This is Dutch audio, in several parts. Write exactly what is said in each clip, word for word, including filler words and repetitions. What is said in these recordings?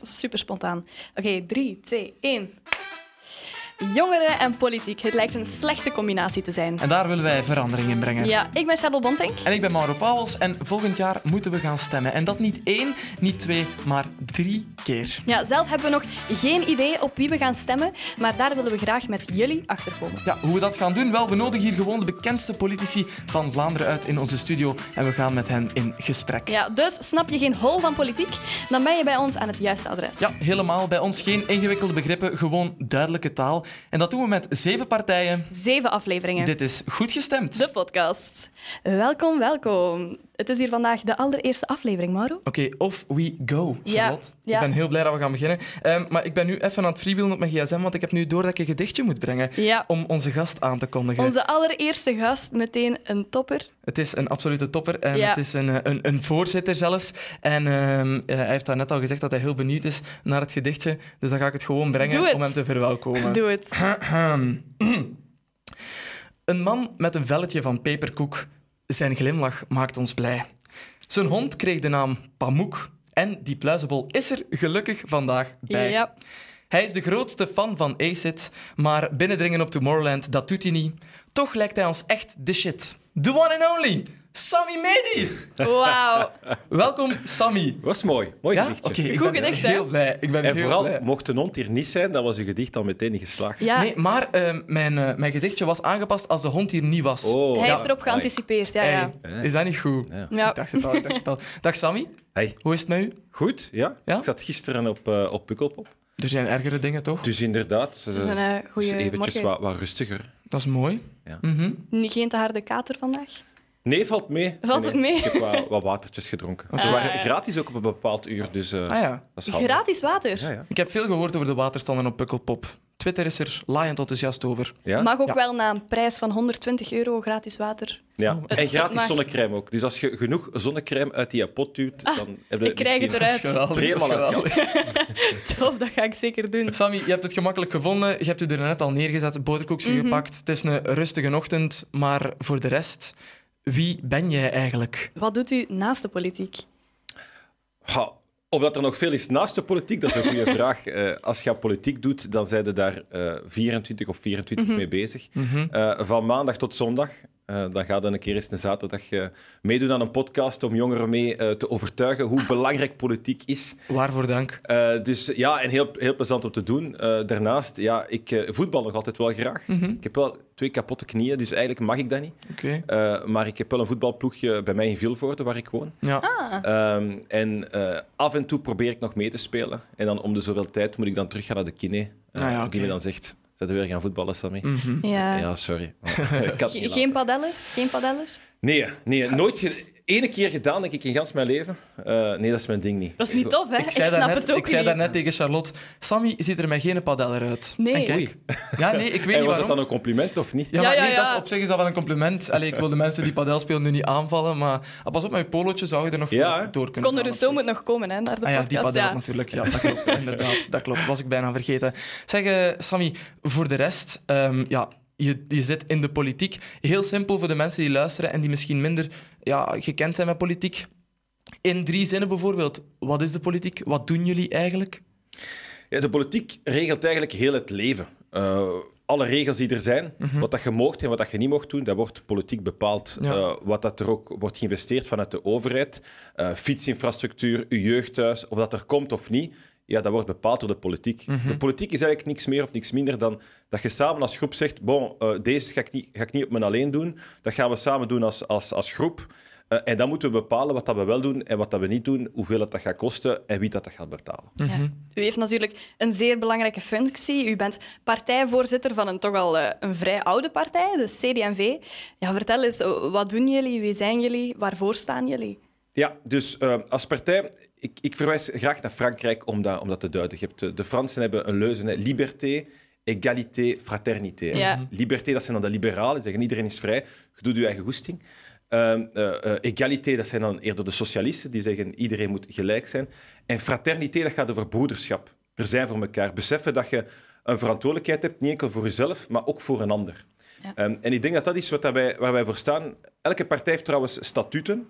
was super spontaan. Oké, okay, drie, twee, één. Jongeren en politiek. Het lijkt een slechte combinatie te zijn. En daar willen wij verandering in brengen. Ja, ik ben Charlotte Bonting. En ik ben Mauro Pauwels. En volgend jaar moeten we gaan stemmen. En dat niet één, niet twee, maar drie keer. Ja, zelf hebben we nog geen idee op wie we gaan stemmen. Maar daar willen we graag met jullie achterkomen. Ja, hoe we dat gaan doen? Wel, we nodigen hier gewoon de bekendste politici van Vlaanderen uit in onze studio. En we gaan met hen in gesprek. Ja, dus snap je geen hol van politiek? Dan ben je bij ons aan het juiste adres. Ja, helemaal. Bij ons geen ingewikkelde begrippen, gewoon duidelijke taal. En dat doen we met zeven partijen. Zeven afleveringen. Dit is Goed Gestemd. De podcast. Welkom, welkom. Het is hier vandaag de allereerste aflevering, Mauro. Oké, okay, off we go, Charlotte. Ja, ja. Ik ben heel blij dat we gaan beginnen. Um, maar ik ben nu even aan het freewheelen op mijn gsm, want ik heb nu door dat ik een gedichtje moet brengen ja. om onze gast aan te kondigen. Onze allereerste gast, meteen een topper. Het is een absolute topper. En ja. Het is een, een, een voorzitter zelfs. En um, hij heeft daar net al gezegd dat hij heel benieuwd is naar het gedichtje. Dus dan ga ik het gewoon brengen om hem te verwelkomen. Doe het. Een man met een velletje van peperkoek. Zijn glimlach maakt ons blij. Zijn hond kreeg de naam Pamuk. En die pluizenbol is er gelukkig vandaag bij. Ja. Hij is de grootste fan van Acid, maar binnendringen op Tomorrowland, dat doet hij niet. Toch lijkt hij ons echt de shit. The one and only, Sami Medi. Wauw. Welkom, Sami. Was mooi. Mooi ja? gedichtje. Okay, ik Goed ben gedicht, heel hè? blij. Ik ben en heel vooral, blij. mocht een hond hier niet zijn, dan was uw gedicht al meteen niet geslaagd. Ja. Nee, maar uh, mijn, uh, mijn gedichtje was aangepast als de hond hier niet was. Oh, Hij ja. heeft erop geanticipeerd, ja, ja. Hey, is dat niet goed? Ja. Ja. Ik dacht het al, ik dacht het al. Dag, Sami. Hey. Hoe is het met u? Goed, ja. Ja? Ik zat gisteren op, uh, op Pukkelpop. Er zijn ergere dingen, toch? Dus inderdaad, uh, Dus een uh, goede dus eventjes morgen. wat, wat rustiger. Dat is mooi. Ja. Mm-hmm. Niet geen te harde kater vandaag? Nee, valt mee. Valt nee, het mee? Ik heb wat, wat watertjes gedronken. Okay. Ze waren Ah, ja. gratis ook op een bepaald uur, dus uh, Ah ja. dat is handig. Gratis water? Ja, ja. Ik heb veel gehoord over de waterstanden op Pukkelpop. Twitter is er laaiend enthousiast over. Ja? Mag ook Ja. wel na een prijs van honderdtwintig euro gratis water. Ja. En gratis mag. zonnecrème ook. Dus als je genoeg zonnecrème uit die pot duwt, Ah, dan heb je ik krijg het misschien eruit. Geweldig, er helemaal dat is uit geweldig. gehad. Top, dat ga ik zeker doen. Sami, je hebt het gemakkelijk gevonden. Je hebt u er net al neergezet, boterkoekje Mhm. gepakt. Het is een rustige ochtend, maar voor de rest, wie ben jij eigenlijk? Wat doet u naast de politiek? Ha, of dat er nog veel is naast de politiek, dat is een goede vraag. Uh, als je aan politiek doet, dan zijn je daar uh, vierentwintig of vierentwintig Mhm. mee bezig. Mm-hmm. Uh, van maandag tot zondag. Uh, dan ga je een keer eens een zaterdag uh, meedoen aan een podcast om jongeren mee uh, te overtuigen hoe belangrijk politiek is. Waarvoor dank. Uh, dus ja, en heel, heel plezant om te doen. Uh, daarnaast, ja, ik uh, voetbal nog altijd wel graag. Mm-hmm. Ik heb wel twee kapotte knieën, dus eigenlijk mag ik dat niet. Oké. Okay. Uh, maar ik heb wel een voetbalploegje bij mij in Vilvoorde, waar ik woon. Ja. Ah. Um, en uh, af en toe probeer ik nog mee te spelen. En dan om de zoveel tijd moet ik dan terug gaan naar de kine. Uh, Ah ja, okay. Die me dan zegt, zijn we weer gaan voetballen, Sammy? Mm-hmm. Ja. Ja, sorry. Ik kan het Ge- niet geen laten. padeller? Geen padeller? Nee, nee, nooit... Ge- Ene keer gedaan, denk ik, in gans mijn leven. Uh, nee, dat is mijn ding niet. Dat is niet tof, hè? Ik zei snap daarnet, het ook ik zei niet. daarnet tegen Charlotte, Sammy ziet er met geen padeller uit. Nee. En kijk. Ja, nee, ik weet En niet was waarom. dat dan een compliment of niet? Ja, maar Ja, ja, nee, dat is, ja. op zich is dat wel een compliment. Allee, ik wil de mensen die padel spelen nu niet aanvallen, maar ah, pas op, met je polootje zou je er nog Ja, voor hè? door kunnen Kon er gaan, dus op zo zich. moet nog komen, hè, naar de Ah ja, die podcast. padel ja. natuurlijk. Ja, dat klopt. Inderdaad, dat klopt. Was ik bijna vergeten. Zeg, uh, Sammy, voor de rest... Um, ja, je, je zit in de politiek. Heel simpel voor de mensen die luisteren en die misschien minder ja, gekend zijn met politiek. In drie zinnen bijvoorbeeld. Wat is de politiek? Wat doen jullie eigenlijk? Ja, de politiek regelt eigenlijk heel het leven. Uh, alle regels die er zijn, Mhm. wat dat je mocht en wat dat je niet mocht doen, dat wordt politiek bepaald. Ja. Uh, wat dat er ook wordt geïnvesteerd vanuit de overheid, uh, fietsinfrastructuur, uw jeugdhuis, of dat er komt of niet, ja, dat wordt bepaald door de politiek. Mhm. De politiek is eigenlijk niks meer of niks minder dan dat je samen als groep zegt, bon, uh, deze ga ik, niet, ga ik niet op mijn alleen doen, dat gaan we samen doen als, als, als groep. Uh, en dan moeten we bepalen wat dat we wel doen en wat dat we niet doen, hoeveel dat, dat gaat kosten en wie dat, dat gaat betalen. Ja. Mhm. U heeft natuurlijk een zeer belangrijke functie. U bent partijvoorzitter van een toch al uh, een vrij oude partij, de C D en V. Ja, vertel eens, wat doen jullie? Wie zijn jullie? Waarvoor staan jullie? Ja, dus uh, als partij... Ik, ik verwijs graag naar Frankrijk om dat, om dat te duiden. Je hebt, de, de Fransen hebben een leuze, hè, liberté, égalité, fraternité. Ja. Liberté, dat zijn dan de liberalen, die zeggen iedereen is vrij, je doet je eigen goesting. Uh, uh, uh, égalité, dat zijn dan eerder de socialisten, die zeggen iedereen moet gelijk zijn. En fraternité, dat gaat over broederschap. Er zijn voor elkaar. Beseffen dat je een verantwoordelijkheid hebt, niet enkel voor jezelf, maar ook voor een ander. Ja. Um, en ik denk dat dat is wat dat wij, waar wij voor staan. Elke partij heeft trouwens statuten.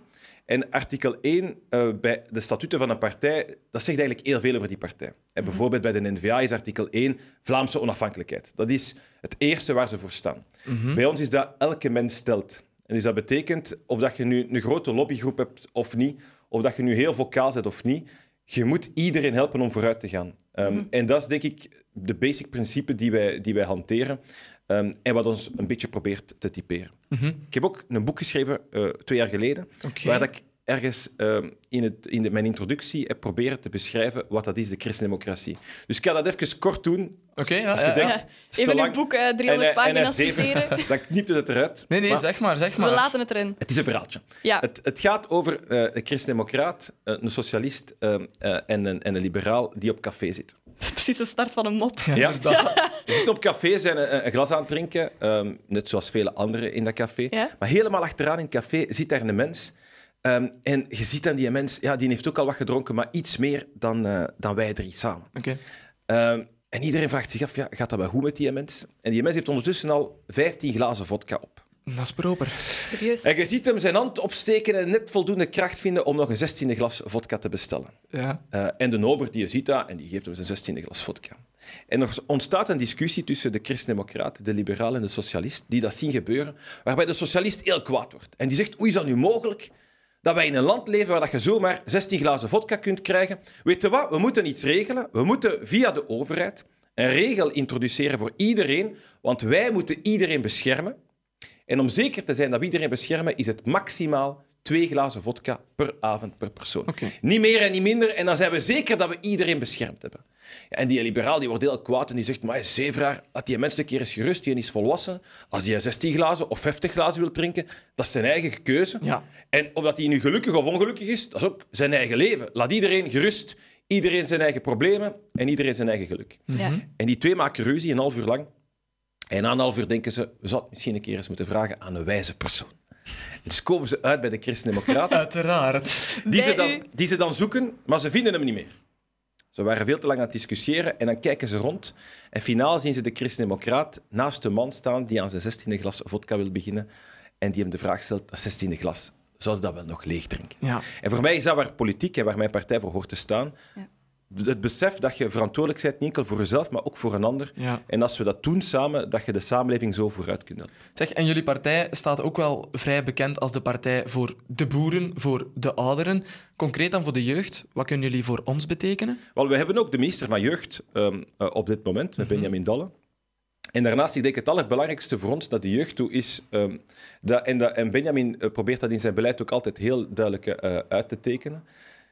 En artikel één uh, bij de statuten van een partij, dat zegt eigenlijk heel veel over die partij. En bijvoorbeeld bij de N V A is artikel één Vlaamse onafhankelijkheid. Dat is het eerste waar ze voor staan. Mm-hmm. Bij ons is dat elke mens telt. En dus dat betekent, of dat je nu een grote lobbygroep hebt of niet, of dat je nu heel vocaal bent of niet, je moet iedereen helpen om vooruit te gaan. Um, mm-hmm. En dat is denk ik de basic principe die wij, die wij hanteren. Um, en wat ons een beetje probeert te typeren. Mm-hmm. Ik heb ook een boek geschreven, uh, twee jaar geleden, okay. waar dat ik ergens uh, in, het, in de, mijn introductie heb proberen te beschrijven wat dat is, de christendemocratie. Dus ik ga dat even kort doen. Okay, ja, als je ja, denkt, ja. Even een boek, uh, driehonderd en, pagina's citeren. Dan knipte het eruit. Nee, nee, maar zeg maar, zeg maar. We laten het erin. Het is een verhaaltje. Ja. Het, het gaat over uh, een christendemocraat, uh, een socialist uh, uh, en, een, en een liberaal die op café zitten. Precies de start van een mop. Ja, ja. ja. Je zit op café, zijn een, een glas aan het drinken, um, net zoals vele anderen in dat café. Ja? Maar helemaal achteraan in het café zit daar een mens. Um, en je ziet dan die mens, ja, die heeft ook al wat gedronken, maar iets meer dan, uh, dan wij drie samen. Okay. Um, en iedereen vraagt zich af, ja, gaat dat wel goed met die mens? En die mens heeft ondertussen al vijftien glazen vodka op. Dat is proper. Serieus. En je ziet hem zijn hand opsteken en net voldoende kracht vinden om nog een zestiende glas vodka te bestellen. Ja. Uh, en de ober die je ziet dat, en die geeft hem zijn zestiende glas vodka. En er ontstaat een discussie tussen de christendemocraat, de liberaal en de socialist, die dat zien gebeuren, waarbij de socialist heel kwaad wordt. En die zegt, hoe is dat nu mogelijk dat wij in een land leven waar je zomaar zestien glazen vodka kunt krijgen? Weet je wat? We moeten iets regelen. We moeten via de overheid een regel introduceren voor iedereen, want wij moeten iedereen beschermen. En om zeker te zijn dat we iedereen beschermen, is het maximaal twee glazen vodka per avond per persoon. Okay. Niet meer en niet minder. En dan zijn we zeker dat we iedereen beschermd hebben. Ja, en die liberaal die wordt heel kwaad en die zegt, maar zeevraar, laat die mens een keer eens gerust, die is volwassen. Als hij zestien glazen of vijftig glazen wil drinken, dat is zijn eigen keuze. Ja. En of dat hij nu gelukkig of ongelukkig is, dat is ook zijn eigen leven. Laat iedereen gerust, iedereen zijn eigen problemen en iedereen zijn eigen geluk. Ja. En die twee maken ruzie een half uur lang. En na een half uur denken ze, we zouden misschien een keer eens moeten vragen aan een wijze persoon. Dus komen ze uit bij de christendemocraten. Uiteraard. Die ze, dan, die ze dan zoeken, maar ze vinden hem niet meer. Ze waren veel te lang aan het discussiëren en dan kijken ze rond. En finaal zien ze de christendemocraat naast de man staan die aan zijn zestiende glas vodka wil beginnen en die hem de vraag stelt, dat zestiende glas, zouden dat wel nog leeg drinken? Ja. En voor mij is dat waar politiek en waar mijn partij voor hoort te staan. Ja. Het besef dat je verantwoordelijk bent, niet enkel voor jezelf, maar ook voor een ander. Ja. En als we dat doen samen, dat je de samenleving zo vooruit kunt helpen. Zeg, en jullie partij staat ook wel vrij bekend als de partij voor de boeren, voor de ouderen. Concreet dan voor de jeugd, wat kunnen jullie voor ons betekenen? Wel, we hebben ook de minister van Jeugd um, uh, op dit moment, met Benjamin Dalle. En daarnaast, ik denk het allerbelangrijkste voor ons dat de jeugd toe is, um, dat, en, dat, en Benjamin uh, probeert dat in zijn beleid ook altijd heel duidelijk uh, uit te tekenen.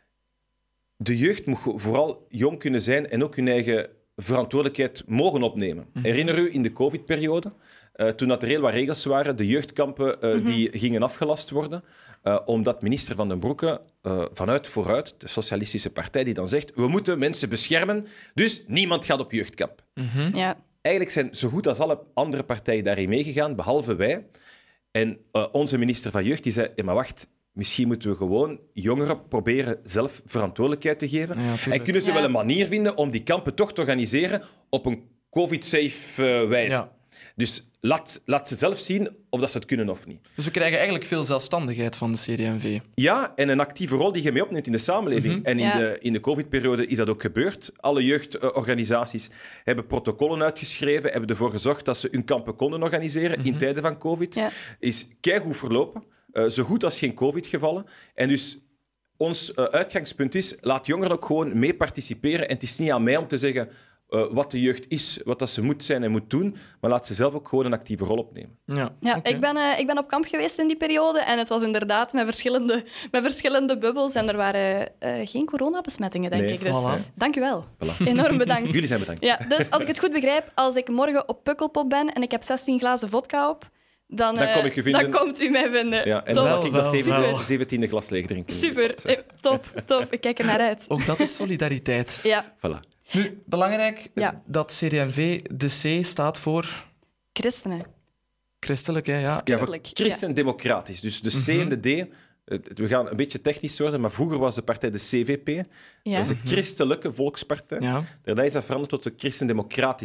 De jeugd moet vooral jong kunnen zijn en ook hun eigen verantwoordelijkheid mogen opnemen. Mm-hmm. Herinner u in de COVID-periode, uh, toen dat er heel wat regels waren, de jeugdkampen uh, mm-hmm. die gingen afgelast worden, uh, omdat minister Van den Broeke uh, vanuit vooruit, de Socialistische Partij, die dan zegt, we moeten mensen beschermen, dus niemand gaat op jeugdkamp. Mm-hmm. Ja. Eigenlijk zijn zo goed als alle andere partijen daarin meegegaan, behalve wij. En uh, onze minister van Jeugd die zei, ja, maar wacht, misschien moeten we gewoon jongeren proberen zelf verantwoordelijkheid te geven. Ja, en kunnen ze ja. wel een manier vinden om die kampen toch te organiseren op een covid-safe uh, wijze. Ja. Dus laat, laat ze zelf zien of dat ze het kunnen of niet. Dus we krijgen eigenlijk veel zelfstandigheid van de C D M V. Ja, en een actieve rol die je mee opneemt in de samenleving. Mm-hmm. En in, ja. de, in de covid-periode is dat ook gebeurd. Alle jeugdorganisaties hebben protocollen uitgeschreven, hebben ervoor gezorgd dat ze hun kampen konden organiseren mm-hmm. in tijden van covid. Ja. Is keigoed verlopen. Uh, zo goed als geen covid-gevallen. En dus ons uh, uitgangspunt is, laat jongeren ook gewoon mee participeren. En het is niet aan mij om te zeggen uh, wat de jeugd is, wat dat ze moet zijn en moet doen, maar laat ze zelf ook gewoon een actieve rol opnemen. Ja, ja okay. ik, ben, uh, ik ben op kamp geweest in die periode en het was inderdaad met verschillende, met verschillende bubbels en er waren uh, geen coronabesmettingen, denk nee, ik. Dus voilà. dank u wel. Voilà. Enorm bedankt. Jullie zijn bedankt. Ja, dus als ik het goed begrijp, als ik morgen op Pukkelpop ben en ik heb zestien glazen vodka op, Dan, dan, kom ik je vinden. dan komt u mij vinden. Ja, en top. dan zal ik dat wel, zeventiende glas leeg drinken. Super, top, top. Ik kijk er naar uit. Ook dat is solidariteit. Ja. Voilà. Nu, belangrijk ja. dat C D M V, de C, staat voor... Christenen. Christelijk, hè? Ja. Ja, voor christendemocratisch. Dus de C mm-hmm. en de D... We gaan een beetje technisch worden, maar vroeger was de partij de C V P. Ja. Dat was een christelijke volkspartij. Ja. Daarna is dat veranderd tot de christendemocratische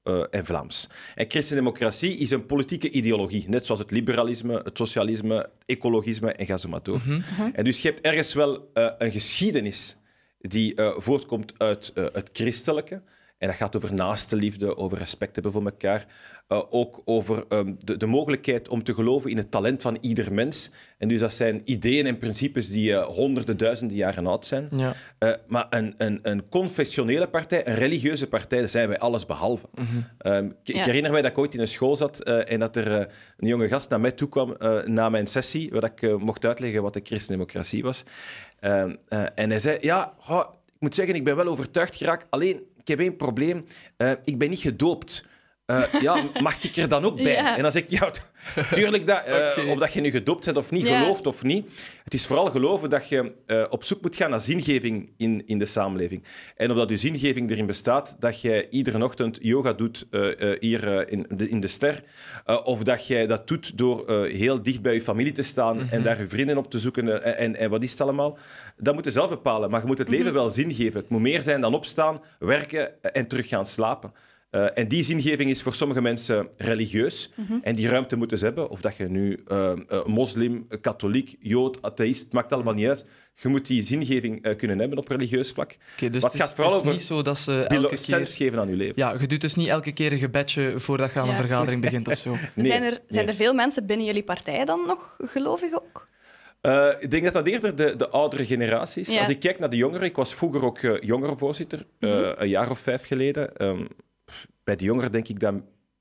uh, en Vlaams. En christendemocratie is een politieke ideologie, net zoals het liberalisme, het socialisme, het ecologisme en ga zo maar door. Mm-hmm. En dus je hebt ergens wel uh, een geschiedenis die uh, voortkomt uit uh, het christelijke. En dat gaat over naaste liefde, over respect hebben voor elkaar. Uh, ook over um, de, de mogelijkheid om te geloven in het talent van ieder mens. En dus dat zijn ideeën en principes die uh, honderden, duizenden jaren oud zijn. Ja. Uh, maar een, een, een confessionele partij, een religieuze partij, daar zijn wij alles behalve. Mm-hmm. Um, ik, ja. ik herinner mij dat ik ooit in een school zat uh, en dat er uh, een jonge gast naar mij toe kwam uh, na mijn sessie, waar ik uh, mocht uitleggen wat de christendemocratie was. Uh, uh, en hij zei, ja, oh, ik moet zeggen, ik ben wel overtuigd geraakt, alleen... Ik heb één probleem. Uh, ik ben niet gedoopt. Uh, ja, mag ik er dan ook bij? Ja. En dan zeg ik, ja, tuurlijk, dat, uh, okay. of dat je nu gedoopt bent of niet, ja. gelooft of niet. Het is vooral geloven dat je uh, op zoek moet gaan naar zingeving in, in de samenleving. En omdat je zingeving erin bestaat, dat je iedere ochtend yoga doet uh, uh, hier uh, in, de, in de ster. Uh, of dat je dat doet door uh, heel dicht bij je familie te staan mm-hmm. en daar je vrienden op te zoeken. Uh, en, en wat is het allemaal? Dat moet je zelf bepalen. Maar je moet het leven mm-hmm. wel zin geven. Het moet meer zijn dan opstaan, werken en terug gaan slapen. Uh, en die zingeving is voor sommige mensen religieus. Mm-hmm. En die ruimte moeten ze hebben. Of dat je nu uh, uh, moslim, katholiek, jood, atheïst, het maakt allemaal niet uit. Je moet die zingeving uh, kunnen hebben op religieus vlak. Okay, dus het, het gaat vooral over niet zo dat ze elke keer... sens geven aan je leven. Ja, je doet dus niet elke keer een gebedje voordat je aan ja. een vergadering begint of zo. Nee, zijn er, zijn er veel mensen binnen jullie partij dan nog gelovig ook? Uh, ik denk dat dat eerder de, de oudere generatie is. Ja. Als ik kijk naar de jongeren... Ik was vroeger ook uh, jongerenvoorzitter, uh, mm-hmm. een jaar of vijf geleden... Um, Bij de jongeren denk ik dat...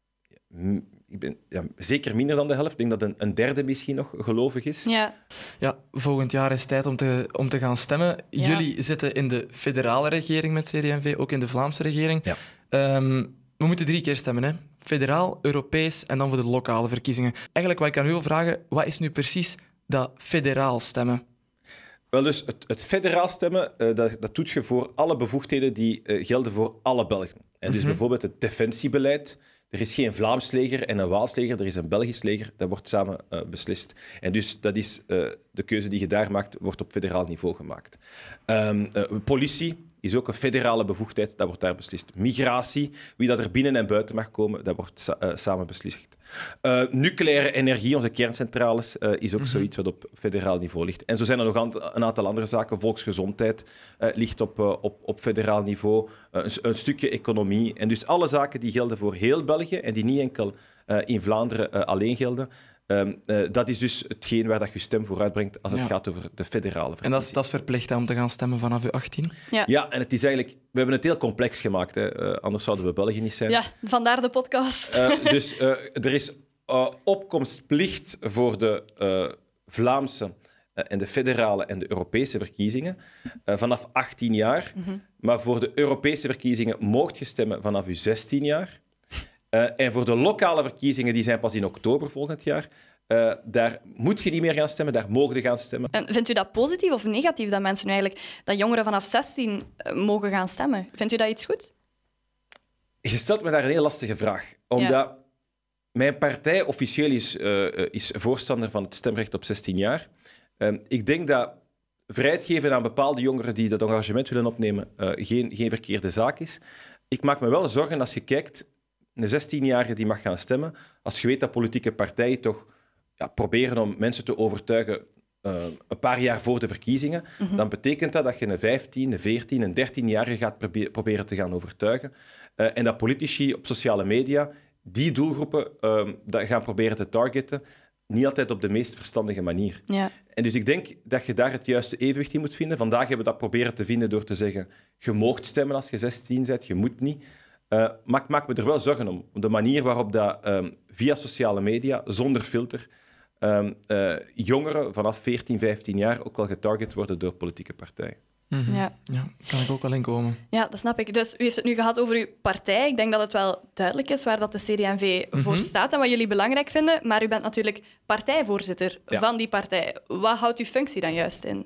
Ik ben ja, zeker minder dan de helft. Ik denk dat een, een derde misschien nog gelovig is. Ja, ja volgend jaar is het tijd om te, om te gaan stemmen. Ja. Jullie zitten in de federale regering met C D en V, ook in de Vlaamse regering. Ja. Um, we moeten drie keer stemmen, hè? Federaal, Europees en dan voor de lokale verkiezingen. Eigenlijk wat ik aan u wil vragen, wat is nu precies dat federaal stemmen? Wel, dus het, het federaal stemmen, uh, dat, dat doet je voor alle bevoegdheden die uh, gelden voor alle Belgen. En dus mm-hmm. bijvoorbeeld het defensiebeleid. Er is geen Vlaams leger en een Waals leger, er is een Belgisch leger. Dat wordt samen uh, beslist. En dus dat is uh, de keuze die je daar maakt, wordt op federaal niveau gemaakt. Um, uh, politie is ook een federale bevoegdheid, dat wordt daar beslist. Migratie, wie dat er binnen en buiten mag komen, dat wordt sa- uh, samen beslist. Uh, nucleaire energie, onze kerncentrales, uh, is ook mm-hmm. zoiets wat op federaal niveau ligt. En zo zijn er nog een aantal andere zaken. Volksgezondheid uh, ligt op, uh, op, op federaal niveau. Uh, een, een stukje economie. En dus alle zaken die gelden voor heel België en die niet enkel uh, in Vlaanderen uh, alleen gelden. Um, uh, dat is dus hetgeen waar dat je stem voor uitbrengt als het ja. gaat over de federale verkiezing. En dat is, dat is verplicht hè, om te gaan stemmen vanaf je achttien? Ja. ja, en het is eigenlijk... We hebben het heel complex gemaakt, hè. Uh, anders zouden we België niet zijn. Ja, vandaar de podcast. Uh, dus uh, er is uh, opkomstplicht voor de uh, Vlaamse uh, en de federale en de Europese verkiezingen uh, vanaf achttien jaar. Mm-hmm. Maar voor de Europese verkiezingen mocht je stemmen vanaf je zestien jaar. Uh, en voor de lokale verkiezingen, die zijn pas in oktober volgend jaar, uh, daar moet je niet meer gaan stemmen, daar mogen je gaan stemmen. En vindt u dat positief of negatief dat mensen nu eigenlijk, dat jongeren vanaf zestien uh, mogen gaan stemmen? Vindt u dat iets goed? Je stelt me daar een heel lastige vraag. Omdat ja. mijn partij officieel is, uh, is voorstander van het stemrecht op zestien jaar. Uh, ik denk dat vrijheid geven aan bepaalde jongeren die dat engagement willen opnemen uh, geen, geen verkeerde zaak is. Ik maak me wel zorgen als je kijkt... Een zestienjarige die mag gaan stemmen, als je weet dat politieke partijen toch ja, proberen om mensen te overtuigen uh, een paar jaar voor de verkiezingen, mm-hmm. dan betekent dat dat je een vijftien, een veertien, een dertienjarige gaat probe- proberen te gaan overtuigen. Uh, en dat politici op sociale media die doelgroepen uh, dat gaan proberen te targeten, niet altijd op de meest verstandige manier. Ja. En dus ik denk dat je daar het juiste evenwicht in moet vinden. Vandaag hebben we dat proberen te vinden door te zeggen, je moogt stemmen als je zestien bent, je moet niet. Uh, maar ik maak me er wel zorgen om. De manier waarop dat, um, via sociale media, zonder filter, um, uh, jongeren vanaf veertien, vijftien jaar ook wel getarget worden door politieke partijen. Mm-hmm. Ja. ja, daar kan ik ook wel in komen. Ja, dat snap ik. Dus u heeft het nu gehad over uw partij. Ik denk dat het wel duidelijk is waar dat de C D en V mm-hmm. voor staat en wat jullie belangrijk vinden. Maar u bent natuurlijk partijvoorzitter ja. van die partij. Wat houdt uw functie dan juist in?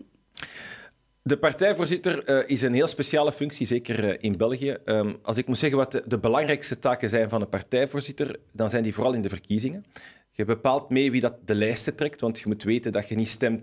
De partijvoorzitter uh, is een heel speciale functie, zeker uh, in België. Um, als ik moet zeggen wat de, de belangrijkste taken zijn van een partijvoorzitter, dan zijn die vooral in de verkiezingen. Je bepaalt mee wie dat de lijsten trekt, want je moet weten dat je niet stemt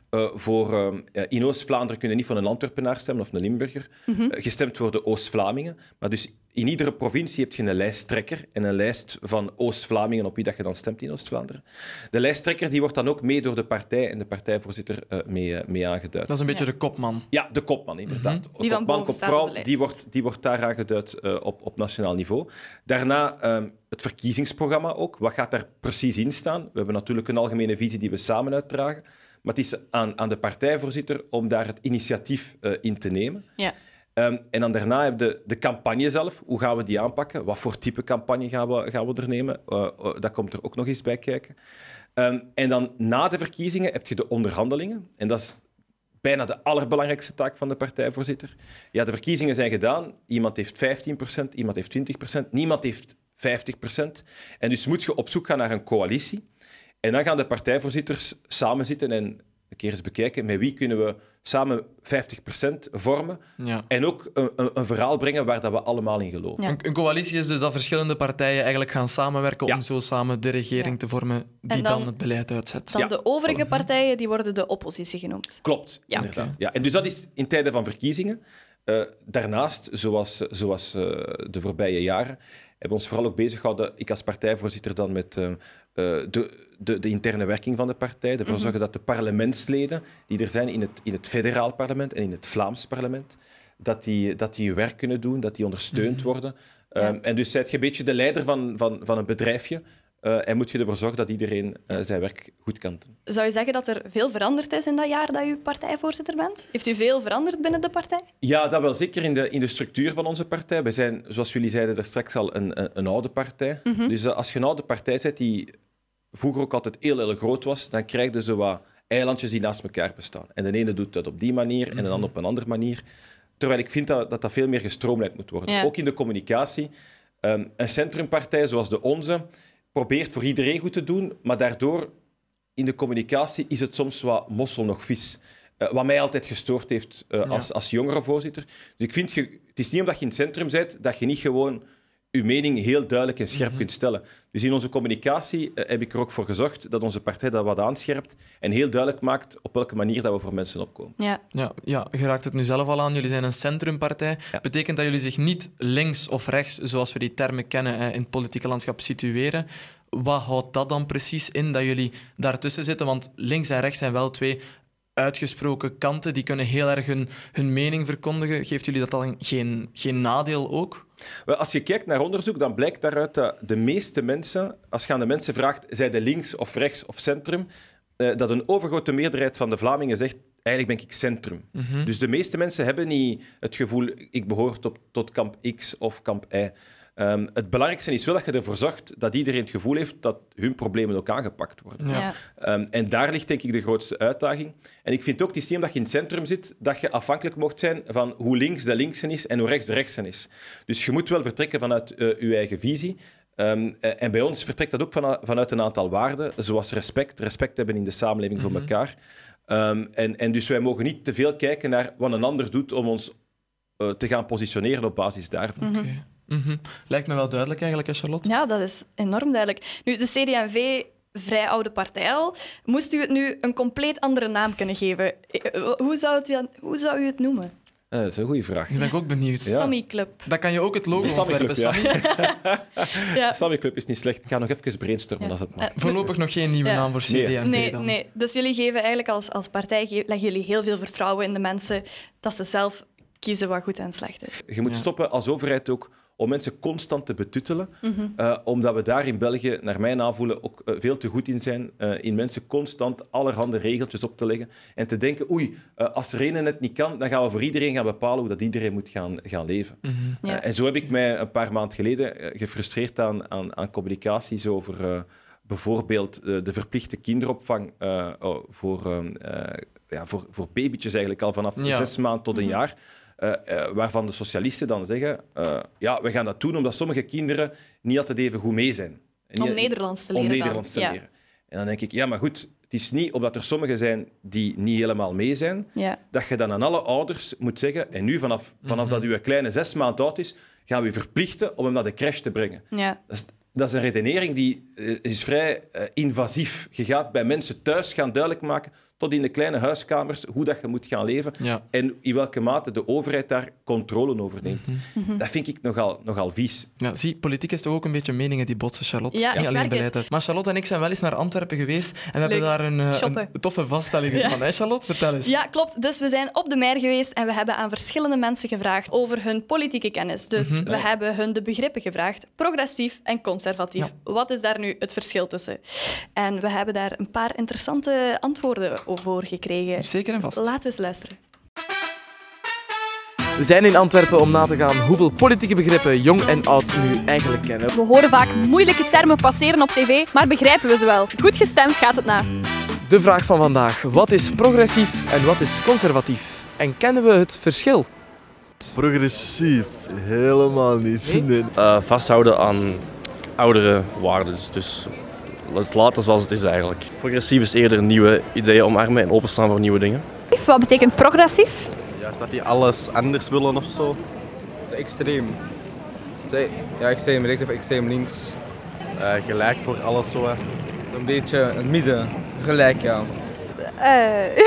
Uh, voor, uh, in Oost-Vlaanderen kunnen niet voor een Antwerpenaar stemmen of een Limburger. Mm-hmm. Uh, gestemd worden Oost-Vlamingen. Maar dus in iedere provincie heb je een lijsttrekker en een lijst van Oost-Vlamingen op wie dat je dan stemt in Oost-Vlaanderen. De lijsttrekker die wordt dan ook mee door de partij en de partijvoorzitter uh, mee, uh, mee aangeduid. Dat is een beetje ja. de kopman. Ja, de kopman, inderdaad. Mm-hmm. Die kopman, kopvrouw, die wordt, die wordt daar aangeduid uh, op, op nationaal niveau. Daarna um, het verkiezingsprogramma ook. Wat gaat daar precies in staan? We hebben natuurlijk een algemene visie die we samen uitdragen. Maar het is aan, aan de partijvoorzitter om daar het initiatief uh, in te nemen. Ja. Um, en dan daarna heb je de, de campagne zelf. Hoe gaan we die aanpakken? Wat voor type campagne gaan we, gaan we er nemen? Uh, uh, dat komt er ook nog eens bij kijken. Um, en dan na de verkiezingen heb je de onderhandelingen. En dat is bijna de allerbelangrijkste taak van de partijvoorzitter. Ja, de verkiezingen zijn gedaan. Iemand heeft vijftien procent, iemand heeft twintig procent, niemand heeft vijftig procent. En dus moet je op zoek gaan naar een coalitie. En dan gaan de partijvoorzitters samen zitten en een keer eens bekijken met wie kunnen we samen vijftig procent vormen. Ja. En ook een, een, een verhaal brengen waar dat we allemaal in geloven. Ja. Een, een coalitie is dus dat verschillende partijen eigenlijk gaan samenwerken ja. om zo samen de regering ja. te vormen die dan, dan het beleid uitzet. Dan ja. de overige partijen die worden de oppositie genoemd. Klopt, ja. inderdaad. Okay. Ja. En dus dat is in tijden van verkiezingen. Uh, daarnaast, zoals, zoals uh, de voorbije jaren, hebben we ons vooral ook bezig gehouden, ik als partijvoorzitter dan met uh, de, de, de interne werking van de partij, ervoor mm-hmm. zorgen dat de parlementsleden die er zijn in het, in het federaal parlement en in het Vlaams parlement, dat die, dat die werk kunnen doen, dat die ondersteund mm-hmm. worden. Ja. Um, en dus zijt je een beetje de leider van, van, van een bedrijfje. Uh, en moet je ervoor zorgen dat iedereen uh, zijn werk goed kan doen. Zou je zeggen dat er veel veranderd is in dat jaar dat u partijvoorzitter bent? Heeft u veel veranderd binnen de partij? Ja, dat wel zeker in de, in de structuur van onze partij. We zijn, zoals jullie zeiden daar straks al, een, een, een oude partij. Mm-hmm. Dus uh, als je een oude partij bent die vroeger ook altijd heel, heel groot was, dan krijg je zo wat eilandjes die naast elkaar bestaan. En de ene doet dat op die manier en de ander op een andere manier. Terwijl ik vind dat dat, dat veel meer gestroomlijnd moet worden. Ja. Ook in de communicatie. Um, een centrumpartij zoals de onze probeert voor iedereen goed te doen, maar daardoor in de communicatie is het soms wat mossel nog vis. Uh, wat mij altijd gestoord heeft uh, ja. als, als jongere voorzitter. Dus ik vind, je, het is niet omdat je in het centrum bent, dat je niet gewoon je mening heel duidelijk en scherp mm-hmm. kunt stellen. Dus in onze communicatie uh, heb ik er ook voor gezorgd dat onze partij dat wat aanscherpt en heel duidelijk maakt op welke manier dat we voor mensen opkomen. Ja. Ja, ja, je raakt het nu zelf al aan. Jullie zijn een centrumpartij. Ja. Betekent dat jullie zich niet links of rechts, zoals we die termen kennen, in het politieke landschap situeren? Wat houdt dat dan precies in, dat jullie daartussen zitten? Want links en rechts zijn wel twee uitgesproken kanten. Die kunnen heel erg hun, hun mening verkondigen. Geeft jullie dat dan geen, geen nadeel ook? Wel, als je kijkt naar onderzoek, dan blijkt daaruit dat de meeste mensen, als je aan de mensen vraagt, zijn de links of rechts of centrum, eh, dat een overgrote meerderheid van de Vlamingen zegt, eigenlijk ben ik centrum. Mm-hmm. Dus de meeste mensen hebben niet het gevoel, ik behoor tot, tot kamp X of kamp Y. Um, het belangrijkste is wel dat je ervoor zorgt dat iedereen het gevoel heeft dat hun problemen ook aangepakt worden. Ja. Um, en daar ligt denk ik de grootste uitdaging. En ik vind ook, het is niet omdat je in het centrum zit, dat je afhankelijk mocht zijn van hoe links de linkse is en hoe rechts de rechtse is. Dus je moet wel vertrekken vanuit uh, je eigen visie. Um, en bij ons vertrekt dat ook van, vanuit een aantal waarden, zoals respect. Respect hebben in de samenleving mm-hmm. voor elkaar. Um, en, en dus wij mogen niet te veel kijken naar wat een ander doet om ons uh, te gaan positioneren op basis daarvan. Mm-hmm. Okay. Mm-hmm. Lijkt me wel duidelijk eigenlijk, hè, Charlotte? Ja, dat is enorm duidelijk. Nu, de C D en V, vrij oude partij al. Moest u het nu een compleet andere naam kunnen geven? Hoe zou, het, hoe zou u het noemen? Uh, dat is een goede vraag. Nu ben ik ook benieuwd. Ja. Sammy Club. Dan kan je ook het logo ontwerpen, Sammy. Ja. ja. Sammy Club is niet slecht. Ik ga nog even brainstormen ja. als het mag. Uh, Voorlopig nog geen nieuwe ja. naam voor C D en V nee, dan. Nee, dus jullie geven eigenlijk als, als partij leggen jullie heel veel vertrouwen in de mensen dat ze zelf kiezen wat goed en slecht is. Je moet ja. stoppen als overheid ook om mensen constant te betuttelen, mm-hmm. uh, omdat we daar in België, naar mijn aanvoelen, ook uh, veel te goed in zijn, uh, in mensen constant allerhande regeltjes op te leggen en te denken, oei, uh, als er een het niet kan, dan gaan we voor iedereen gaan bepalen hoe dat iedereen moet gaan, gaan leven. Mm-hmm. Ja. Uh, en zo heb ik mij een paar maanden geleden uh, gefrustreerd aan, aan, aan communicaties over uh, bijvoorbeeld uh, de verplichte kinderopvang uh, oh, voor, uh, uh, ja, voor, voor babytjes eigenlijk al vanaf ja. zes maanden tot een mm-hmm. jaar. Uh, uh, waarvan de socialisten dan zeggen, uh, ja, we gaan dat doen omdat sommige kinderen niet altijd even goed mee zijn. En om niet, Nederlands te leren. Om Nederlands te ja. leren. En dan denk ik, ja, maar goed, het is niet omdat er sommigen zijn die niet helemaal mee zijn, ja. dat je dan aan alle ouders moet zeggen, en nu vanaf, vanaf mm-hmm. dat uw kleine zes maanden oud is, gaan we u verplichten om hem naar de crèche te brengen. Ja. Dat is, dat is een redenering die uh, is vrij uh, invasief. Je gaat bij mensen thuis gaan duidelijk maken, tot in de kleine huiskamers, hoe dat je moet gaan leven Ja. en in welke mate de overheid daar controle over neemt. Mm-hmm. Dat vind ik nogal, nogal vies. Ja, zie, politiek is toch ook een beetje meningen die botsen, Charlotte. Ja, Het is ik niet alleen merk beleid. uit. Maar Charlotte en ik zijn wel eens naar Antwerpen geweest en we hebben Leuk. daar een, eh, Shoppen. een toffe vaststelling Ja. van. Hè, Charlotte? Vertel eens. Ja, klopt. Dus we zijn op de Meijer geweest en we hebben aan verschillende mensen gevraagd over hun politieke kennis. Dus Mhm. we hebben hun de begrippen gevraagd. Progressief en conservatief. Ja. Wat is daar nu het verschil tussen? En we hebben daar een paar interessante antwoorden over gekregen. Zeker en vast. Laten we eens luisteren. We zijn in Antwerpen om na te gaan hoeveel politieke begrippen jong en oud nu eigenlijk kennen. We horen vaak moeilijke termen passeren op tv, maar begrijpen we ze wel? Goed gestemd gaat het na. De vraag van vandaag. Wat is progressief en wat is conservatief? En kennen we het verschil? Progressief? Helemaal niet. Nee? Nee. Uh, vasthouden aan oudere waarden. Dus het laten zoals het is eigenlijk. Progressief is eerder nieuwe ideeën omarmen en openstaan voor nieuwe dingen. Wat betekent progressief? Ja, is dat die alles anders willen of zo? Zo extreem. Zo, ja, extreem rechts of extreem links. Uh, gelijk voor alles zo. hè. Zo'n beetje het midden, gelijk ja. Uh,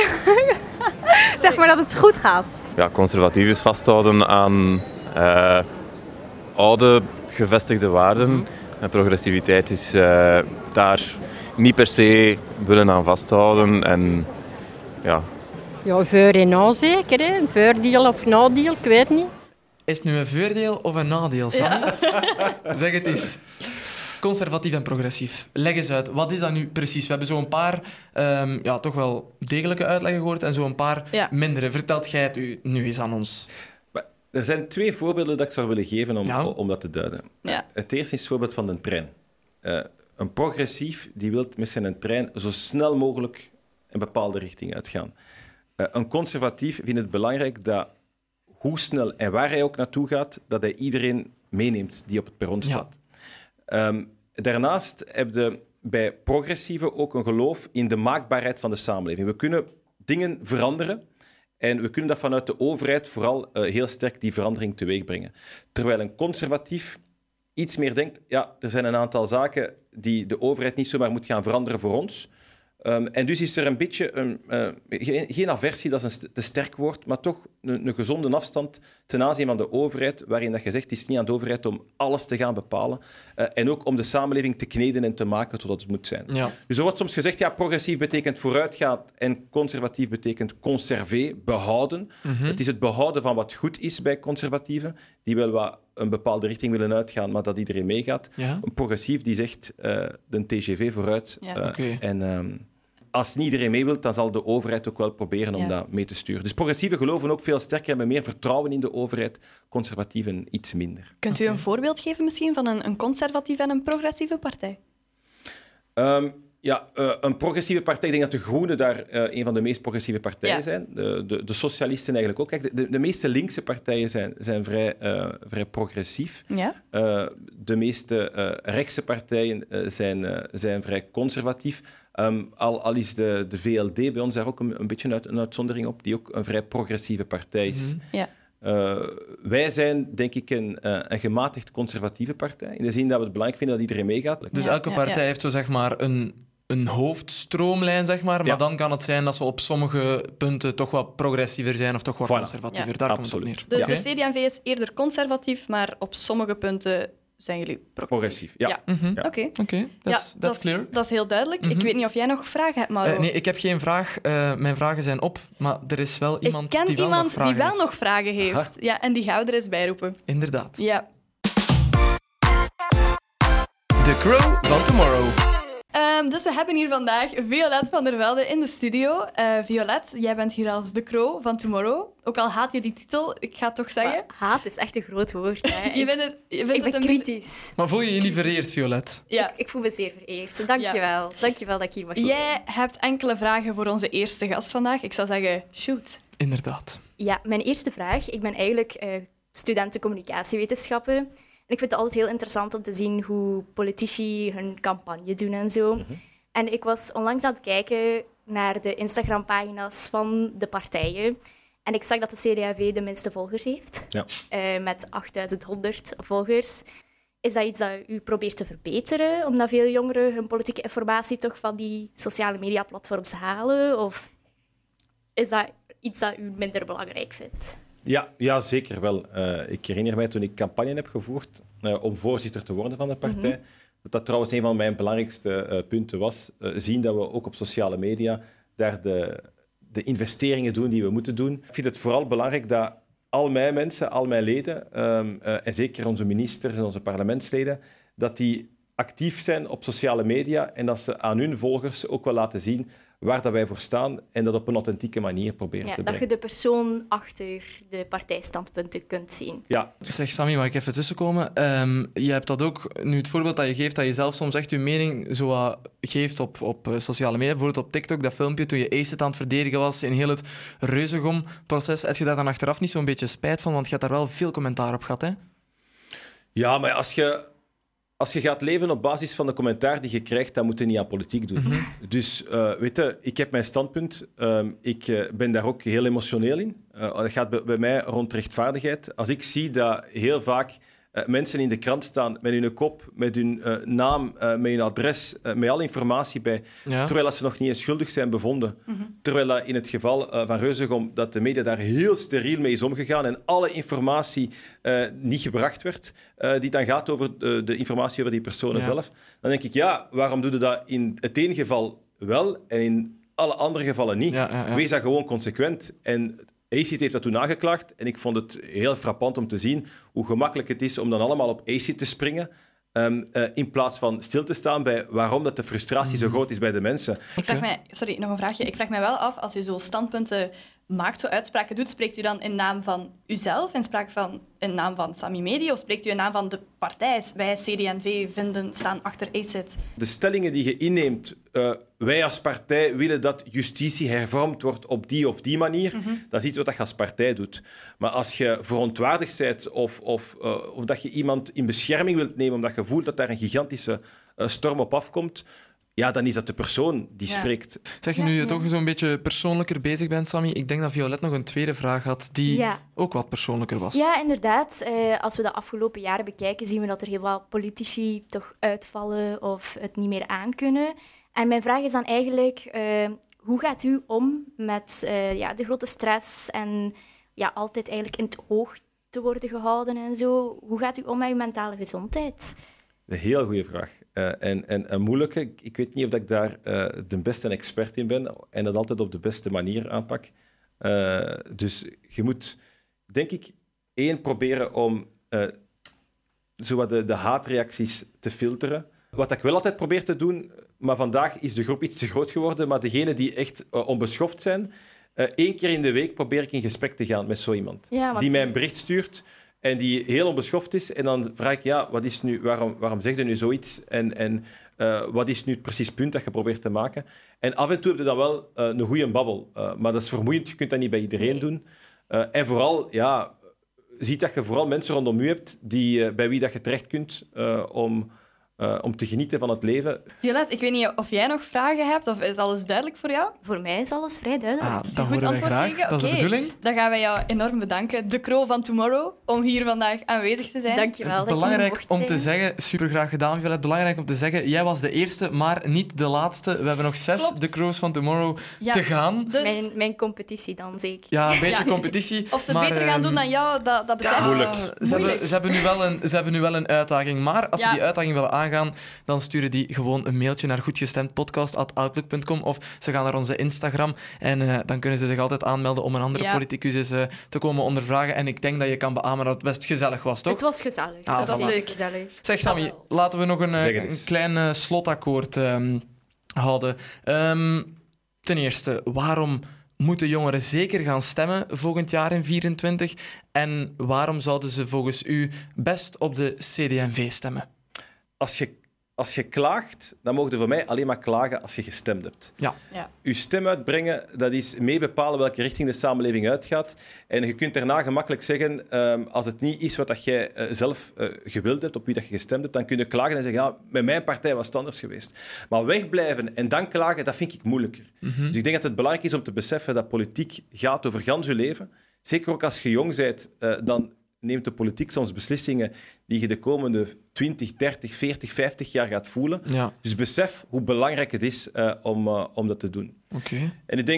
zeg maar dat het goed gaat. Ja, conservatief is vasthouden aan uh, oude gevestigde waarden. En progressiviteit is uh, daar niet per se willen aan vasthouden. En, ja. Ja, voor en na zeker. Hè. Een voordeel of nadeel, ik weet niet. Is het nu een voordeel of een nadeel, Sammy? Zeg het eens. Conservatief en progressief. Leg eens uit, wat is dat nu precies? We hebben zo een paar um, ja, toch wel degelijke uitleggen gehoord en zo een paar Ja. mindere. Vertelt jij het u nu eens aan ons? Maar er zijn twee voorbeelden dat ik zou willen geven om, Ja. om dat te duiden. Ja. Het eerste is het voorbeeld van de trein. Uh, een progressief die wil met zijn trein zo snel mogelijk een bepaalde richting uitgaan. Uh, een conservatief vindt het belangrijk dat hoe snel en waar hij ook naartoe gaat, dat hij iedereen meeneemt die op het perron staat. Ja. Um, daarnaast heb je bij progressieven ook een geloof in de maakbaarheid van de samenleving. We kunnen dingen veranderen en we kunnen dat vanuit de overheid vooral uh, heel sterk die verandering teweeg brengen. Terwijl een conservatief iets meer denkt, ja, er zijn een aantal zaken die de overheid niet zomaar moet gaan veranderen voor ons. Um, en dus is er een beetje, een, uh, geen, geen aversie, dat is een st- te sterk woord, maar toch een, een gezonde afstand ten aanzien van de overheid, waarin dat je zegt, het is niet aan de overheid om alles te gaan bepalen uh, en ook om de samenleving te kneden en te maken tot het moet zijn. Ja. Dus er wordt soms gezegd, ja, progressief betekent vooruitgaan en conservatief betekent conserver, behouden. Mm-hmm. Het is het behouden van wat goed is bij conservatieven, die wel wat een bepaalde richting willen uitgaan, maar dat iedereen meegaat. Ja. Een progressief die zegt, uh, de T G V vooruit. Ja. Uh, Oké. En um, als niet iedereen mee wil, dan zal de overheid ook wel proberen om Ja. dat mee te sturen. Dus progressieven geloven ook veel sterker, hebben meer vertrouwen in de overheid, conservatieven iets minder. Kunt u Oké. een voorbeeld geven misschien van een, een conservatieve en een progressieve partij? Um, ja, uh, een progressieve partij, ik denk dat de Groenen daar uh, een van de meest progressieve partijen Ja. zijn. De, de, de socialisten eigenlijk ook. Kijk, de, de meeste linkse partijen zijn, zijn vrij, uh, vrij progressief. Ja. Uh, de meeste uh, rechtse partijen uh, zijn, uh, zijn vrij conservatief. Um, al, al is de, de V L D bij ons daar ook een, een beetje een, uit, een uitzondering op, die ook een vrij progressieve partij is. Mhm. Ja. Uh, wij zijn, denk ik, een, uh, een gematigd conservatieve partij. In de zin dat we het belangrijk vinden dat iedereen meegaat. Dus Ja, elke ja, partij ja. heeft zo zeg maar een, een hoofdstroomlijn, zeg maar. Maar Ja. dan kan het zijn dat ze op sommige punten toch wat progressiever zijn of toch wat Voilà. conservatiever. Ja. Daar Absoluut. komt het op neer. Dus Oké. de C D en V is eerder conservatief, maar op sommige punten zijn jullie progressief. Progressief, ja. ja. Mhm. Ja. Oké. Oké, Ja, that's, dat that's is- clear. Dat is heel duidelijk. Mhm. Ik weet niet of jij nog vragen hebt, Mauro. Eh, nee, ik heb geen vraag. Uh, mijn vragen zijn op. Maar er is wel iemand ik ken die wel iemand nog vragen die wel heeft. nog vragen heeft. Aha. Ja, en die gaan we er eens bij roepen. Inderdaad. Ja. The Crow van Tomorrow. Ehm, dus we hebben hier vandaag Violet van der Velde in de studio. Uh, Violet, jij bent hier als de Crow van Tomorrow. Ook al haat je die titel, ik ga het toch zeggen. Maar haat is echt een groot woord. Hè. Je ik, vindt het, je vindt ik het ben een kritisch. Maar voel je je niet vereerd, Violet? Ja. Ik, ik voel me zeer vereerd. Dankjewel. Dankjewel dat ik hier mag zijn. Jij hebt enkele vragen voor onze eerste gast vandaag. Ik zou zeggen, shoot. Inderdaad. Ja, mijn eerste vraag. Ik ben eigenlijk uh, student communicatiewetenschappen. En ik vind het altijd heel interessant om te zien hoe politici hun campagne doen en zo. Mm-hmm. En ik was onlangs aan het kijken naar de Instagram-pagina's van de partijen. En ik zag dat de C D A V de minste volgers heeft, Ja. uh, met achtduizend honderd volgers. Is dat iets dat u probeert te verbeteren, omdat veel jongeren hun politieke informatie toch van die sociale media-platforms halen? Of... is dat iets dat u minder belangrijk vindt? Ja, ja, zeker wel. Uh, ik herinner mij toen ik campagne heb gevoerd uh, om voorzitter te worden van de partij, mm-hmm. dat dat trouwens een van mijn belangrijkste uh, punten was. Uh, zien dat we ook op sociale media daar de, de investeringen doen die we moeten doen. Ik vind het vooral belangrijk dat al mijn mensen, al mijn leden, um, uh, en zeker onze ministers en onze parlementsleden, dat die actief zijn op sociale media en dat ze aan hun volgers ook wel laten zien waar dat wij voor staan en dat op een authentieke manier proberen ja, te brengen. Dat je de persoon achter de partijstandpunten kunt zien. Ja. Zeg, Sammy, mag ik even tussenkomen? Um, je hebt dat ook, nu het voorbeeld dat je geeft, dat je zelf soms echt je mening zo wat geeft op, op sociale media, bijvoorbeeld op TikTok, dat filmpje toen je ACID aan het verdedigen was in heel het Reuzegom-proces. Heb je daar dan achteraf niet zo'n beetje spijt van? Want je hebt daar wel veel commentaar op gehad, hè? Ja, maar als je... Als je gaat leven op basis van de commentaar die je krijgt, dan moet je niet aan politiek doen. Mm-hmm. Dus uh, weet je, ik heb mijn standpunt. Uh, ik uh, ben daar ook heel emotioneel in. Uh, het gaat bij, bij mij rond rechtvaardigheid. Als ik zie dat heel vaak uh, mensen in de krant staan met hun kop, met hun uh, naam, uh, met hun adres, uh, met alle informatie bij, ja. terwijl ze nog niet eens schuldig zijn bevonden. Mm-hmm. Terwijl dat in het geval uh, van Reuzegom dat de media daar heel steriel mee is omgegaan en alle informatie uh, niet gebracht werd, uh, die dan gaat over de, de informatie over die personen ja. zelf. Dan denk ik, ja, waarom doe je dat in het ene geval wel en in alle andere gevallen niet? Ja, ja, ja. Wees dat gewoon consequent. En ACID heeft dat toen aangeklaagd en ik vond het heel frappant om te zien hoe gemakkelijk het is om dan allemaal op ACID te springen, um, uh, in plaats van stil te staan bij waarom dat de frustratie zo groot is bij de mensen. Ik vraag mij, sorry, nog een vraagje. Ik vraag mij wel af, als u zo standpunten maakt, zo uitspraken doet, spreekt u dan in naam van uzelf, in, spraak van, in naam van Sammy Media, of spreekt u in naam van de partij? Wij, C D en V, vinden, staan achter ACID. De stellingen die je inneemt, uh, wij als partij willen dat justitie hervormd wordt op die of die manier, mm-hmm. dat is iets wat je als partij doet. Maar als je verontwaardigd bent of, of, uh, of dat je iemand in bescherming wilt nemen omdat je voelt dat daar een gigantische uh, storm op afkomt, ja, dan is dat de persoon die ja. spreekt. Zeg je nu je ja, toch ja. zo'n beetje persoonlijker bezig bent, Sammy? Ik denk dat Violet nog een tweede vraag had die ja. ook wat persoonlijker was. Ja, inderdaad. Uh, als we de afgelopen jaren bekijken, zien we dat er heel wat politici toch uitvallen of het niet meer aankunnen. En mijn vraag is dan eigenlijk, uh, hoe gaat u om met uh, ja, de grote stress en ja, altijd eigenlijk in het oog te worden gehouden en zo? Hoe gaat u om met uw mentale gezondheid? Een heel goede vraag. Uh, en, en een moeilijke. Ik weet niet of ik daar uh, de beste expert in ben en dat altijd op de beste manier aanpak. Uh, dus je moet, denk ik, één, proberen om uh, zowat de, de haatreacties te filteren. Wat ik wel altijd probeer te doen, maar vandaag is de groep iets te groot geworden, maar degenen die echt uh, onbeschoft zijn, uh, één keer in de week probeer ik in gesprek te gaan met zo iemand. Ja, die mij een bericht stuurt en die heel onbeschoft is. En dan vraag ik, ja, wat is nu, waarom, waarom zeg je nu zoiets? En, en uh, wat is nu het precies punt dat je probeert te maken? En af en toe heb je dan wel uh, een goede babbel. Uh, maar dat is vermoeiend, je kunt dat niet bij iedereen nee. doen. Uh, en vooral, ja, ziet dat je vooral mensen rondom je hebt die, uh, bij wie dat je terecht kunt uh, om... Uh, om te genieten van het leven. Violet, ik weet niet of jij nog vragen hebt, of is alles duidelijk voor jou? Voor mij is alles vrij duidelijk. Ah, dat horen wij graag. Geven? Dat is okay. de bedoeling. Dan gaan wij jou enorm bedanken, de Crow van Tomorrow, om hier vandaag aanwezig te zijn. Dank je wel. Belangrijk om te zeggen, super graag gedaan, Violet. Belangrijk om te zeggen, jij was de eerste, maar niet de laatste. We hebben nog zes Klopt. de Crows van Tomorrow ja, te gaan. Dus... Mijn, mijn competitie dan, zeker. Ja, een beetje ja. competitie. Of ze maar, beter gaan doen dan jou, dat, dat betekent... Ja, moeilijk. Ze hebben, ze, hebben nu wel een, ze hebben nu wel een uitdaging, maar als ja. ze die uitdaging willen aangaan, dan sturen die gewoon een mailtje naar goedgestemdpodcast at outlook punt com of ze gaan naar onze Instagram en uh, dan kunnen ze zich altijd aanmelden om een andere ja. politicus eens, uh, te komen ondervragen. En ik denk dat je kan beamen dat het best gezellig was, toch? Het was gezellig. Ah, dat was leuk. Gezellig. Zeg, Sammy, ja. laten we nog een, uh, een klein uh, slotakkoord um, houden. Um, ten eerste, waarom moeten jongeren zeker gaan stemmen volgend jaar in vierentwintig? En waarom zouden ze volgens u best op de C D en V stemmen? Als je Als je klaagt, dan mogen je voor mij alleen maar klagen als je gestemd hebt. Ja. Ja. Je stem uitbrengen, dat is mee bepalen welke richting de samenleving uitgaat. En je kunt daarna gemakkelijk zeggen, um, als het niet is wat dat jij uh, zelf uh, gewild hebt, op wie dat je gestemd hebt, dan kun je klagen en zeggen, ja, met mijn partij was het anders geweest. Maar wegblijven en dan klagen, dat vind ik moeilijker. Mm-hmm. Dus ik denk dat het belangrijk is om te beseffen dat politiek gaat over gans je leven. Zeker ook als je jong bent, uh, dan neemt de politiek soms beslissingen die je de komende twintig, dertig, veertig, vijftig jaar gaat voelen. Ja. Dus besef hoe belangrijk het is uh, om, uh, om dat te doen. Okay. En ik denk,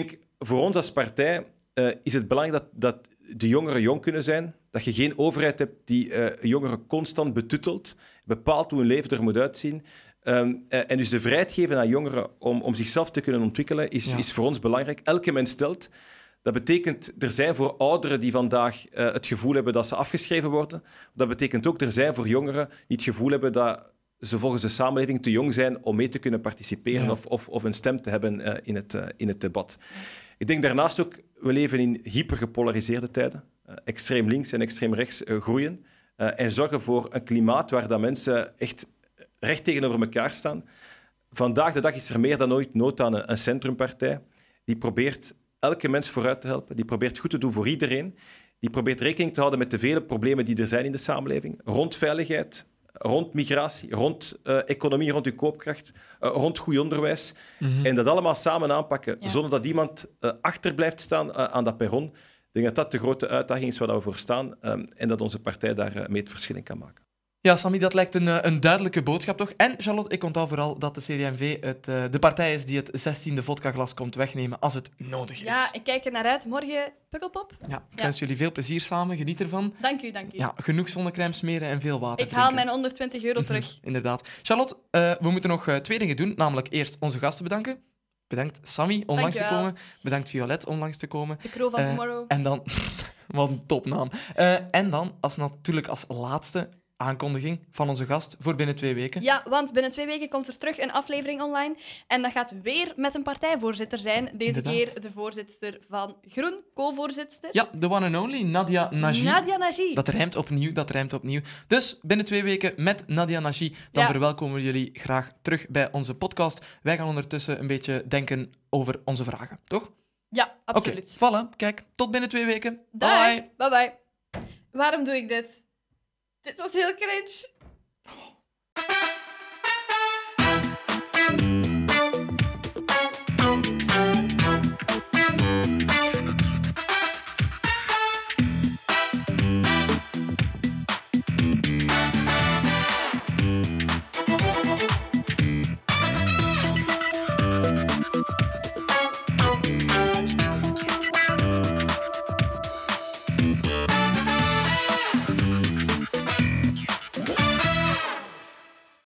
voor ons als partij uh, is het belangrijk dat, dat de jongeren jong kunnen zijn, dat je geen overheid hebt die uh, jongeren constant betuttelt, bepaalt hoe hun leven er moet uitzien. Um, uh, en dus de vrijheid geven aan jongeren om, om zichzelf te kunnen ontwikkelen is, ja. is voor ons belangrijk. Elke mens telt. Dat betekent, er zijn voor ouderen die vandaag uh, het gevoel hebben dat ze afgeschreven worden. Dat betekent ook, er zijn voor jongeren die het gevoel hebben dat ze volgens de samenleving te jong zijn om mee te kunnen participeren ja. of, of, of een stem te hebben uh, in, het, uh, in het debat. Ik denk daarnaast ook, we leven in hypergepolariseerde tijden. Uh, extreem links en extreem rechts uh, groeien uh, en zorgen voor een klimaat waar dat mensen echt recht tegenover elkaar staan. Vandaag de dag is er meer dan ooit nood aan een, een centrumpartij die probeert elke mens vooruit te helpen, die probeert goed te doen voor iedereen, die probeert rekening te houden met de vele problemen die er zijn in de samenleving, rond veiligheid, rond migratie, rond uh, economie, rond uw koopkracht, uh, rond goed onderwijs. Mm-hmm. En dat allemaal samen aanpakken, ja. zonder dat iemand uh, achter blijft staan uh, aan dat perron. Ik denk dat dat de grote uitdaging is waar we voor staan um, en dat onze partij daarmee uh, het verschil in kan maken. Ja, Sammy, dat lijkt een, een duidelijke boodschap, toch? En Charlotte, ik onthoud vooral dat de C D M V het, uh, de partij is die het zestiende vodkaglas komt wegnemen als het nodig is. Ja, ik kijk er naar uit. Morgen Pukkelpop. Ja, ik ja. wens jullie veel plezier samen. Geniet ervan. Dank u, dank u. Ja, genoeg zonnecrème smeren en veel water Ik drinken. haal mijn honderdtwintig euro terug. Inderdaad. Charlotte, uh, we moeten nog uh, twee dingen doen. Namelijk eerst onze gasten bedanken. Bedankt Sammy om langs te komen. Bedankt Violet om langs te komen. De Crow van uh, Tomorrow. En dan... Wat een topnaam. Uh, en dan, als natuurlijk als laatste... aankondiging van onze gast voor binnen twee weken. Ja, want binnen twee weken komt er terug een aflevering online. En dat gaat weer met een partijvoorzitter zijn. Deze Inderdaad. keer de voorzitter van Groen, co-voorzitter. Ja, de one and only, Nadia Nagy. Nadia Nagy. Dat rijmt opnieuw, dat rijmt opnieuw. Dus binnen twee weken met Nadia Nagy, dan ja. verwelkomen we jullie graag terug bij onze podcast. Wij gaan ondertussen een beetje denken over onze vragen, toch? Ja, absoluut. Oké, okay, voilà. Kijk, tot binnen twee weken. Dag. Bye. Bye bye. Waarom doe ik dit? Dit was heel cringe.